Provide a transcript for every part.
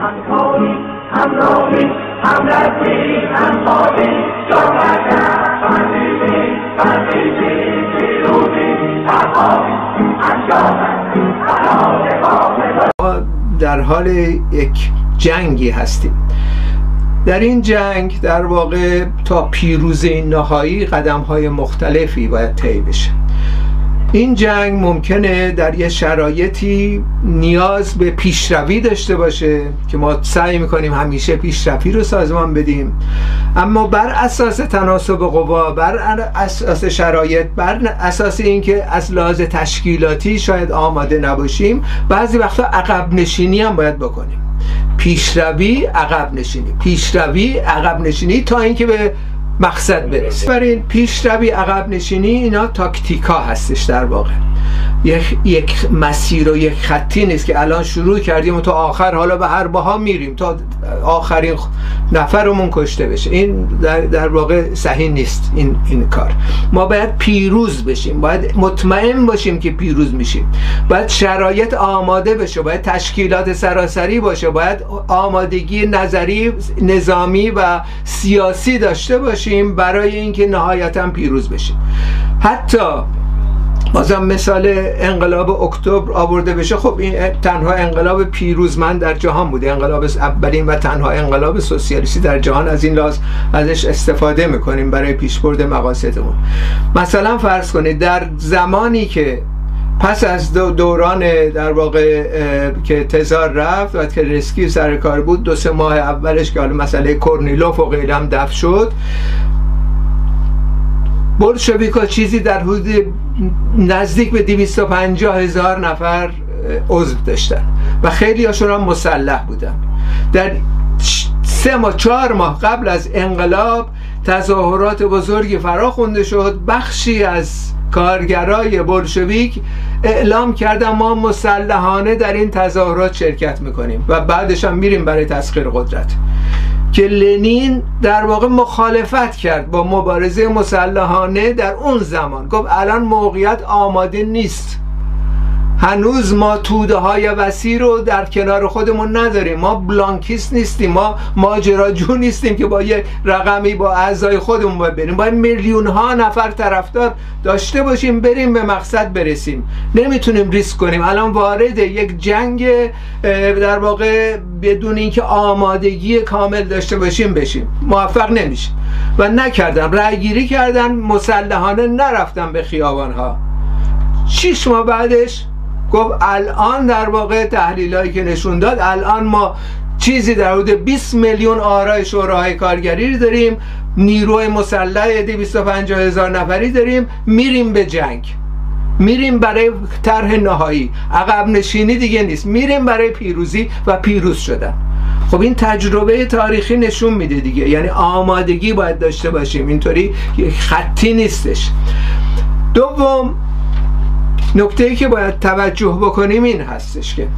همکاری، همراهی، همدردی، همخوابی، جامعه، بندیدی، پیروزی، تفاوی، ما در حال یک جنگی هستیم. در این جنگ در واقع تا پیروزی نهایی قدم‌های مختلفی باید طی بشه. این جنگ ممکنه در یه شرایطی نیاز به پیشروی داشته باشه که ما سعی میکنیم همیشه پیشروی رو سازمان بدیم، اما بر اساس تناسب قوا، بر اساس شرایط، بر اساس اینکه از لحاظ تشکیلاتی شاید آماده نباشیم، بعضی وقتا عقب نشینی هم باید بکنیم. پیشروی، عقب نشینی، پیشروی، عقب نشینی تا اینکه به مقصد برسه. برای پیشروی، عقب نشینی اینا تاکتیکا هستش. در واقع یک مسیر و یک خطی نیست که الان شروع کردیم و تا آخر حالا به هر بها میریم تا آخرین نفرمون کشته بشه. این در واقع صحیح نیست. این کار ما باید پیروز بشیم، باید مطمئن باشیم که پیروز میشیم، باید شرایط آماده بشه، باید تشکیلات سراسری باشه، باید آمادگی نظری، نظامی و سیاسی داشته باشیم برای اینکه نهایتا پیروز بشیم. حتی بازم مثال انقلاب اکتبر آورده بشه، خب این تنها انقلاب پیروزمند در جهان بوده، انقلاب اولین و تنها انقلاب سوسیالیستی در جهان. از این لحاظ ازش استفاده میکنیم برای پیشبرد مقاصدمون. مثلا فرض کنید در زمانی که پس از دوران در واقع که تزار رفت و که رسکی سر کار بود، 2-3 ماه اولش که حالا مسئله کورنیلوف و غیره هم دفع شد، بولشویک‌ها چیزی در حدود نزدیک به 250,000 نفر عضو داشتن و خیلی هاشون هم مسلح بودن. در 3-4 ماه قبل از انقلاب تظاهرات بزرگی فرا خوانده شد. بخشی از کارگرای بولشویک اعلام کردن ما مسلحانه در این تظاهرات شرکت میکنیم و بعدش هم میریم برای تسخیر قدرت. که لنین در واقع مخالفت کرد با مبارزه مسلحانه در اون زمان. گفت الان موقعیت آماده نیست، هنوز ما توده های وسیع رو در کنار خودمون نداریم، ما بلانکیست نیستیم، ما ماجراجو نیستیم که با یه رقمی با اعضای خودمون بریم، باید میلیون ها نفر طرفدار داشته باشیم بریم به مقصد برسیم. نمیتونیم ریسک کنیم الان وارد یک جنگ در واقع بدون اینکه آمادگی کامل داشته باشیم بشیم. موفق نمیشیم و نکردن، رأی گیری کردن، مسلحانه نرفتن به خیابان ها. 6 ماه بعدش گفت الان در واقع تحلیلایی که نشون داد الان ما چیزی در حدود 20 میلیون آرای شوراهای کارگری داریم، نیروی مسلح 250,000 نفری داریم، میریم به جنگ، میریم برای طرح نهایی. عقب نشینی دیگه نیست، میریم برای پیروزی و پیروز شدن. خب این تجربه تاریخی نشون میده دیگه، یعنی آمادگی باید داشته باشیم، اینطوری یک خطی نیستش. دوم نکته‌ای که باید توجه بکنیم این هستش که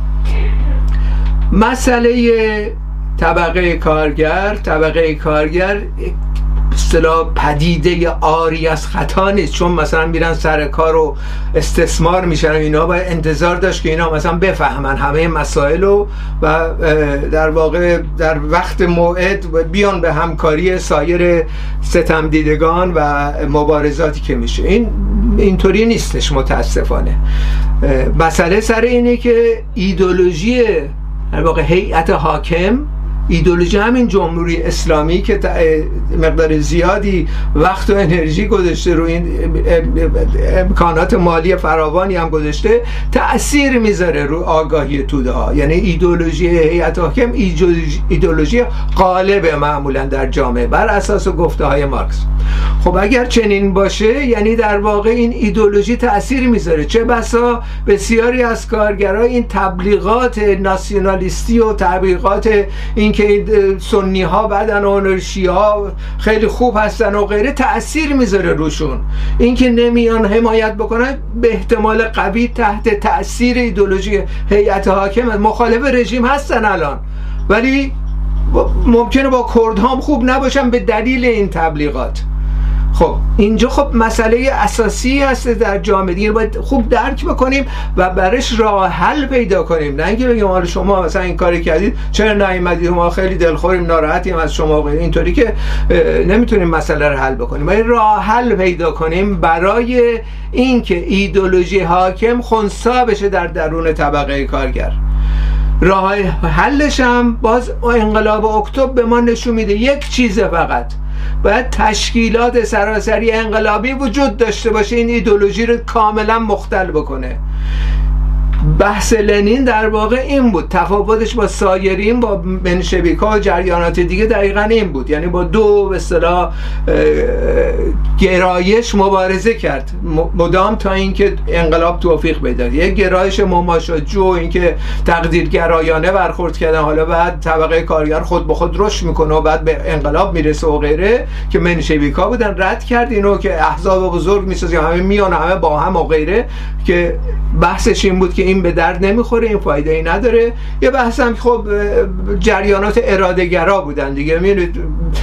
مسئله طبقه کارگر اصطلاح پدیده عاری از خطا نیست، چون مثلا میرن سر کار و استثمار میشن و اینا باید انتظار داشت که اینا مثلا بفهمن همه مسائل رو و در واقع در وقت موعد بیان به همکاری سایر ستمدیدگان و مبارزاتی که میشه. اینطوری نیستش متاسفانه. مسئله سر اینه که ایدئولوژی در واقع هیئت حاکم، ایدئولوژی همین جمهوری اسلامی که مقدار زیادی وقت و انرژی گذاشته رو این امکانات مالی فراوانی هم گذاشته، تأثیر میذاره رو آگاهی توده ها. یعنی ایدئولوژی هیئت حاکم ایدئولوژی غالب معمولا در جامعه بر اساس گفته های مارکس. خب اگر چنین باشه یعنی در واقع این ایدئولوژی تأثیر میذاره. چه بسا بسیاری از کارگرها این تبلیغات ناسیونالیستی و تبلیغات این که سنی ها بدن و شیعه ها خیلی خوب هستن و غیره تأثیر میذاره روشون. این که نمیان حمایت بکنن به احتمال قوی تحت تأثیر ایدئولوژی هیئت حاکم مخالف رژیم هستن الان، ولی ممکنه با کردها هم خوب نباشن به دلیل این تبلیغات. خب اینجا خب مسئله اساسی هست در جامعه دیگه، باید خوب درک بکنیم و برش راه حل پیدا کنیم، نه اینکه بگیم حالا شما مثلا این کاری کردید چرا نیومدید، ما خیلی دلخوریم ناراحتیم از شما و اینطوری که نمیتونیم مسئله رو حل بکنیم. باید راه حل پیدا کنیم برای اینکه ایدئولوژی حاکم خنثی بشه در درون طبقه کارگر. راه حلش هم باز انقلاب اکتبر به ما نشون میده یک چیزه فقط، باید تشکیلات سراسری انقلابی وجود داشته باشه این ایدئولوژی رو کاملا مختل بکنه. بحث لنین در واقع این بود، تفاوتش با سایرین، با منشویک‌ها و جریانات دیگه دقیقاً این بود، یعنی با دو به اصطلاح گرایش مبارزه کرد مدام تا اینکه انقلاب توفیق پیدا کرد. یک گرایش مماشاجو، اینکه تقدیرگرایانه برخورد کردن، حالا بعد طبقه کارگر خود به خود رشد میکنه و بعد به انقلاب میرسه و غیره، که منشویک‌ها بودن رد کرد اینو که احزاب بزرگ میسازیم همه میان همه با هم و غیره، که بحثش این بود که این به درد نمیخوره، این فایده ای نداره. یه بحث هم خب جریانات اراده‌گرا بودن دیگه، میبینید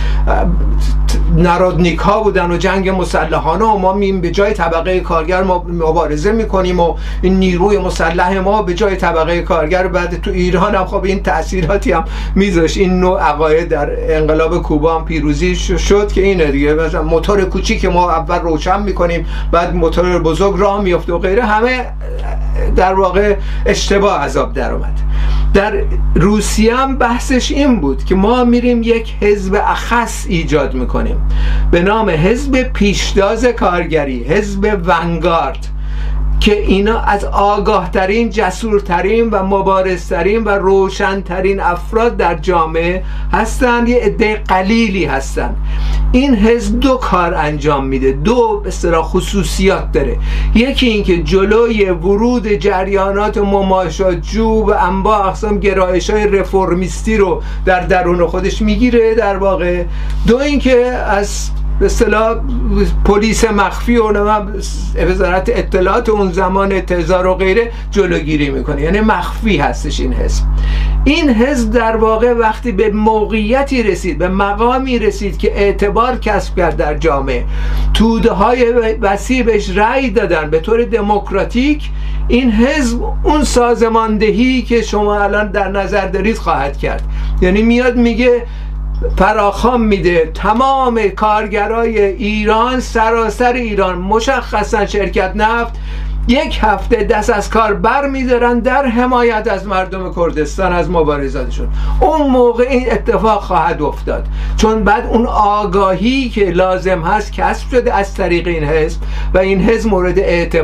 نارودنیک ها بودن و جنگ مسلحانه و ما به جای طبقه کارگر ما مبارزه میکنیم و این نیروی مسلح ما به جای طبقه کارگر. بعد تو ایران هم خب این تأثیراتی هم میذاشت، این نوع عقاید در انقلاب کوبا هم پیروزی شد که اینه دیگه، مثلا موتور کوچیک ما اول روشن میکنیم بعد موتور بزرگ راه میفته و غیره، همه در واقع اشتباه عذاب در اومد. در روسیه هم بحثش این بود که ما میریم یک حزب اخص ایجاد میکنیم به نام حزب پیشتاز کارگری، حزب ونگارد، که اینا از آگاهترین، جسورترین و مبارزترین و روشنترین افراد در جامعه هستند، یه عده قلیلی هستند. این حزب دو کار انجام میده، دو به اصطلاح خصوصیات داره. یکی اینکه جلوی ورود جریانات مماشاجو و انواع اقسام گرایش‌های رفرمیستی رو در درون خودش میگیره در واقع. دو اینکه از به اصطلاح پلیس مخفی و وزارت اطلاعات اون زمان تزار و غیره جلوگیری میکنه، یعنی مخفی هستش این حزب. این حزب در واقع وقتی به موقعیتی رسید، به مقامی رسید که اعتبار کسب کرد در جامعه، توده های وسیع بهش رأی دادن به طور دموکراتیک، این حزب اون سازماندهی که شما الان در نظر دارید خواهد کرد. یعنی میاد میگه فراخوان میده تمام کارگرای ایران، سراسر ایران، مشخصا شرکت نفت، یک هفته دست از کار بر میدارن در حمایت از مردم کردستان از مبارزاتشون. اون موقع این اتفاق خواهد افتاد، چون بعد اون آگاهی که لازم هست کسب شده از طریق این حزب و این حزب مورد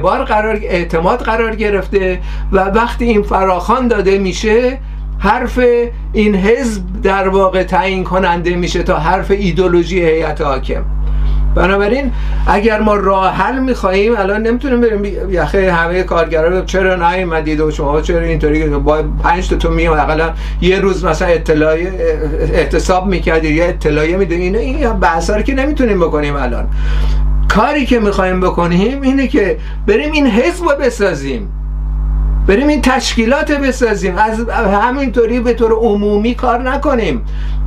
اعتماد قرار گرفته و وقتی این فراخوان داده میشه، حرف این حزب در واقع تعیین کننده میشه تا حرف ایدئولوژی هیئت حاکم. بنابراین اگر ما راه حل میخواییم، الان نمیتونیم بریم یخه همه کارگرا رو چرا نیومدید و شما چرا اینطوری با 5 تا میام حداقل یه روز مثلا اعتصاب میکردید یا اطلاعیه میدونید، این بحثا رو که نمیتونیم بکنیم. الان کاری که میخوایم بکنیم اینه که بریم این حزب رو بسازیم، بریم این تشکیلات بسازیم، از همینطوری به طور عمومی کار نکنیم،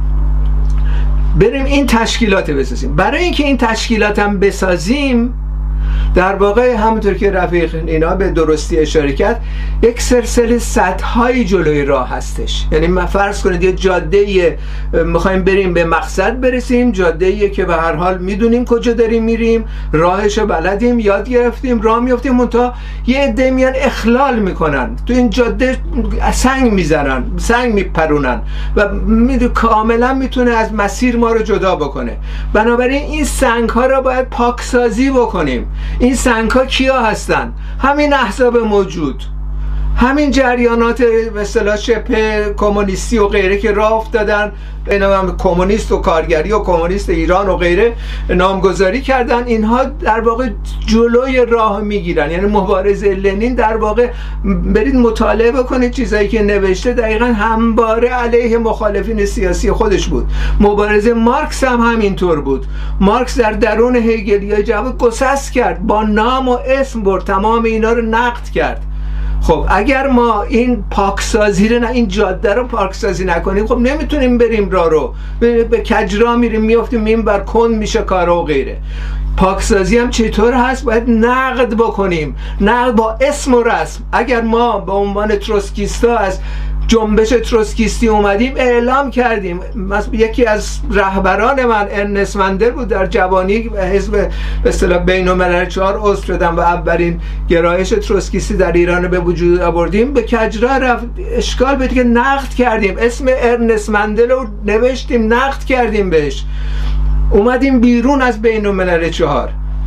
بریم این تشکیلات بسازیم. برای اینکه این تشکیلات هم بسازیم، در واقع همونطور که رفیق اینا به درستی اشاره کرد، یک سلسله سدهای جلوی راه هستش. یعنی ما فرض کنید یه جاده میخوایم بریم به مقصد برسیم، جاده که به هر حال میدونیم کجا داریم میریم، راهشو بلدیم، یاد گرفتیم، راه میافتیم، منتها یه عده میان اخلال میکنن تو این جاده، سنگ میزنن، سنگ میپرونن و کاملا میتونه از مسیر ما رو جدا بکنه. بنابراین این سنگ ها رو باید پاکسازی بکنیم. این سنگ ها کیا هستن؟ همین احزاب موجود، همین جریانات به اصطلاح شبه کمونیستی و غیره که راه افتادن، اینا کمونیست و کارگری و کمونیست ایران و غیره نامگذاری کردن. اینها در واقع جلوی راه میگیرن. یعنی مبارزه لنین در واقع برید مطالعه بکنید چیزایی که نوشته، دقیقا همواره علیه مخالفین سیاسی خودش بود. مبارزه مارکس هم همینطور بود. مارکس در درون هگلیای جواب گسست کرد، با نام و اسم برد، تمام اینا رو نقد کرد. خب اگر ما این پاکسازی رو این جاده رو پاکسازی نکنیم، خب نمیتونیم بریم راه رو، به کجرا میریم میافتیم این بر کند میشه کارا و غیره. پاکسازی هم چطور هست؟ باید نقد بکنیم، نقد با اسم و رسم. اگر ما به عنوان تروتسکیستا از جنبش تروتسکیستی اومدیم، اعلام کردیم، یکی از رهبران من ارنست مندل بود، در جوانی حزب به اصطلاح بین‌الملل 4 عضو شدم و اولین گرایش تروتسکیستی در ایران به وجود آوردیم. به کجرا رفت، اشکال بود که نقد کردیم، اسم ارنست مندل رو نوشتیم، نقد کردیم بهش، اومدیم بیرون از بین‌الملل 4.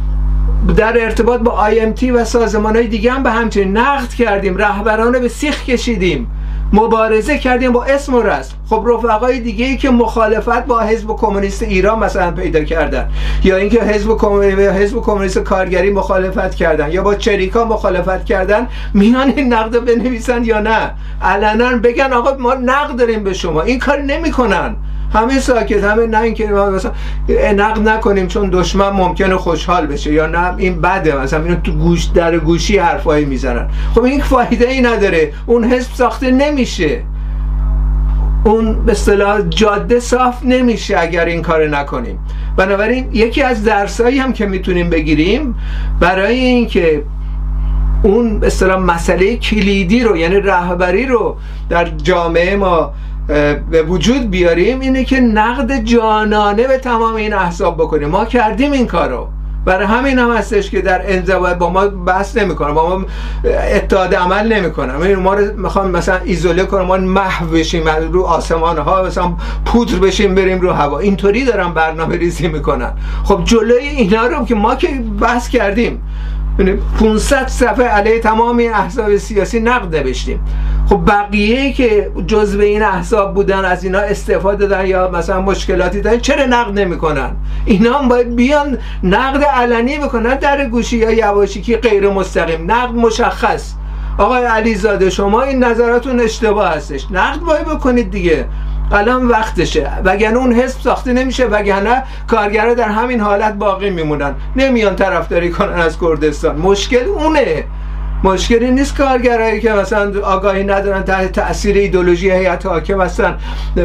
در ارتباط با IMT و سازمان‌های دیگه هم به همچنین نقد کردیم، رهبران به سیخ کشیدیم، مبارزه کردیم با اسم و رسم. خب رفقای دیگه‌ای که مخالفت با حزب کمونیست ایران مثلا پیدا کردن، یا اینکه حزب کمونیست کارگری مخالفت کردن، یا با چریکا مخالفت کردن، میان این نقد بنویسن یا نه علنا بگن آقا ما نقد داریم به شما، این کار نمی‌کنن، همه ساکت، همه نه اینکه مثلا نقد نکنیم چون دشمن ممکنه خوشحال بشه، یا نه این بده، مثلا اینو تو گوش در گوشی حرفایی میزنن. خب این فایده ای نداره، اون حزب ساخته نمیشه، اون به اصطلاح جاده صاف نمیشه اگر این کار نکنیم. بنابراین یکی از درسایی هم که میتونیم بگیریم برای اینکه اون به اصطلاح مسئله کلیدی رو، یعنی رهبری رو در جامعه ما به وجود بیاریم، اینه که نقد جانانه به تمام این احزاب بکنیم. ما کردیم این کارو، برای همین هم هستش که در انضباط با ما بحث نمیکنن، با ما اتحاد عمل نمیکنن، ما رو میخوام مثلا ایزوله کنن، ما محو بشیم رو آسمان ها، مثلا پودر بشیم بریم رو هوا، اینطوری دارن برنامه ریزی میکنن. خب جلوی اینا رو که ما که بحث کردیم، 500 صفحه علیه تمام این احزاب سیاسی نقد نوشتیم. خب بقیه که جزو این احزاب بودن از اینا استفاده دادن یا مثلا مشکلاتی دارن، چرا نقد نمیکنن؟ اینا هم باید بیان نقد علنی بکنن، در گوشی یا یواشکی غیر مستقیم، نقد مشخص. آقای علیزاده شما این نظراتون اشتباه هستش، نقد باید بکنید دیگه، الان وقتشه، وگرنه اون حزب ساخته نمیشه، وگرنه کارگرها در همین حالت باقی میمونن، نمیان طرفداری کنن از کردستان. مشکل اونه، مشکلی نیست کارگرایی که مثلا آگاهی ندارن، تحت تاثیر ایدئولوژی هیئت حاکم هستن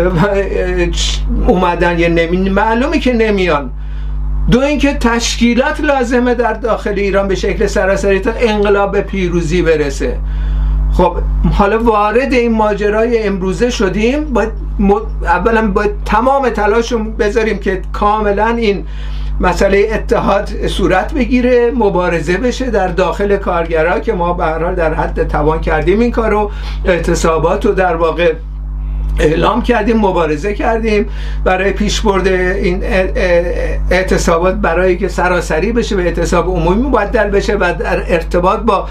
اومدن، یا معلومه که نمیان. دو اینکه تشکیلات لازمه در داخل ایران به شکل سراسری تا انقلاب به پیروزی برسه. خب حالا وارد این ماجرای امروزه شدیم، باید اولا باید تمام تلاشمون بذاریم که کاملا این مسئله اتحاد صورت بگیره، مبارزه بشه در داخل کارگرها که ما به هر حال در حد توان کردیم این کارو، اعتصابات رو در واقع اعلام کردیم، مبارزه کردیم برای پیشبرد این اعتصابات، برای که سراسری بشه، به اعتصاب عمومی مبدل بشه و در ارتباط با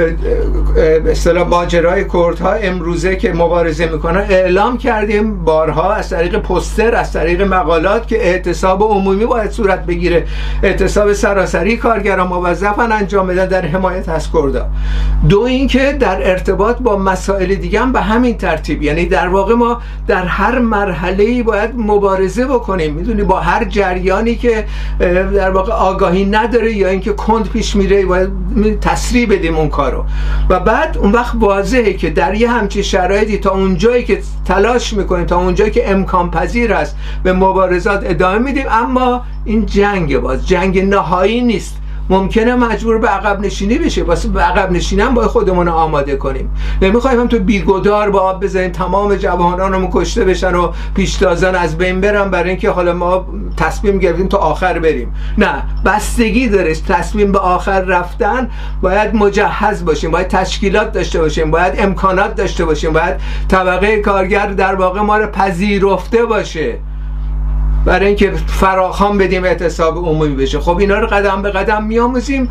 به اصطلاح ماجرای کردها امروزه که مبارزه میکنن اعلام کردیم بارها از طریق پوستر، از طریق مقالات که اعتصاب عمومی باید صورت بگیره، اعتصاب سراسری کارگران موظفن انجام بدن در حمایت از کردها. دو اینکه در ارتباط با مسائل دیگه هم به همین ترتیب، یعنی در واقع ما در هر مرحله‌ای باید مبارزه بکنیم، میدونی با هر جریانی که در واقع آگاهی نداره یا اینکه کند پیش میره باید تسریع بدیم اون کارو. و بعد اون وقت واضحه که در یه همچین شرایطی تا اونجایی که تلاش میکنیم، تا اونجایی که امکان پذیر است به مبارزات ادامه میدیم، اما این جنگ باز جنگ نهایی نیست، ممکنه مجبور به عقب نشینی بشه، واسه به عقب نشینی هم باید خودمون رو آماده کنیم. نمیخوایم هم تو بیگدار با آب بزنیم تمام جوانانمون کشته بشن و پیشتازان از بین برن برای اینکه حالا ما تصمیم گرفتیم تا آخر بریم. نه، بستگی داره، تصمیم به آخر رفتن باید مجهز باشیم، باید تشکیلات داشته باشیم، باید امکانات داشته باشیم، باید طبقه کارگر در واقع ما رو پذیرفته باشه برای اینکه فراخوان بدیم اعتصاب عمومی بشه. خب اینا رو قدم به قدم میآموزیم،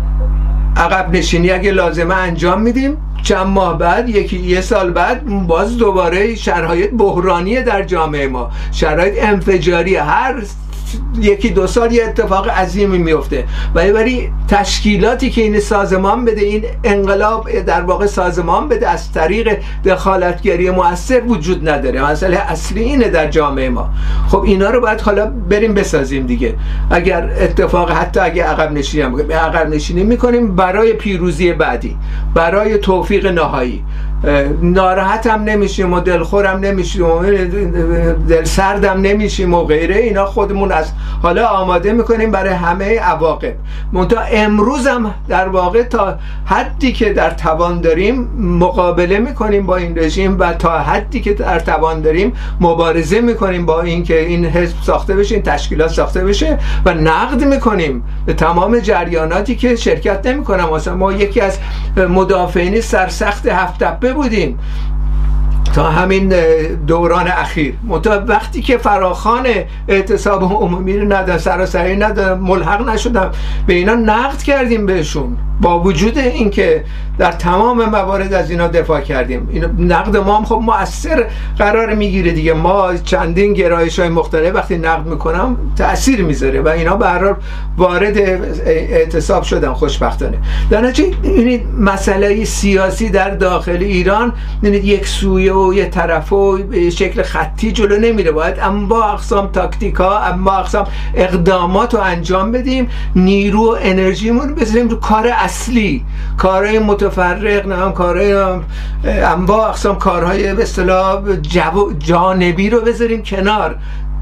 عقب نشینی اگه لازمه انجام میدیم، چند ماه بعد، یه سال بعد باز دوباره شرایط بحرانی در جامعه ما، شرایط انفجاری، هر یکی دو سال یه اتفاق عظیمی میفته. ولی تشکیلاتی که این سازمان بده، این انقلاب در واقع سازمان بده از طریق دخالتگری مؤثر وجود نداره. مسئله اصلی اینه در جامعه ما. خب اینا رو باید حالا بریم بسازیم دیگه. اگر اتفاق حتی اگه عقب نشینی میکنیم برای پیروزی بعدی، برای توفیق نهایی. ناراحت هم نمیشیم و دلخورم نمیشیم و دلسردم نمیشیم و غیره. اینا خودمون از حالا آماده میکنیم برای همه عواقب. منتها امروز هم در واقع تا حدی که در توان داریم مقابله میکنیم با این رژیم و تا حدی که در توان داریم مبارزه میکنیم با این که این حزب ساخته بشه، این تشکیلات ساخته بشه و نقد میکنیم به تمام جریاناتی که شرکت نمیکنن. مثلا ما یکی از مدافعین سرسخت هفت تپه بودیم تا همین دوران اخیر. وقتی که فراخوان اعتصاب عمومی رو ندادن، سراسری ندادن، ملحق نشدم، به اینا نقد کردیم بهشون، با وجود اینکه در تمام موارد از اینا دفاع کردیم. این نقد ما هم خب مؤثر قرار میگیره دیگه. ما چندین گرایش‌های مختلف وقتی نقد میکنم تأثیر میذاره و اینا به هر حال وارد اعتصاب شدن خوشبختانه. در نتیجه این مسئله سیاسی در داخل ایران یک سویه و یه طرفه و به شکل خطی جلو نمیره. باید انواع اقسام تاکتیکا، انواع اقسام اقدامات رو انجام بدیم، نیرو و انرژیمون بذاریم رو کار اصلی، کارهای متفرق، نه هم کارهای انواع اقسام کارهای به اصطلاح جانبی رو بذاریم کنار.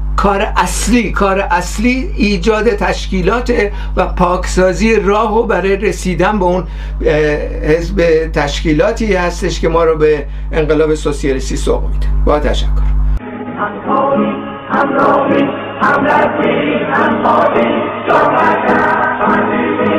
کار اصلی ایجاد تشکیلات و پاکسازی راهو برای رسیدن به اون حزب تشکیلاتی هستش که ما رو به انقلاب سوسیالیستی سوق میده. با تشکر. همراهی، همدردی، همخوابی، جامعه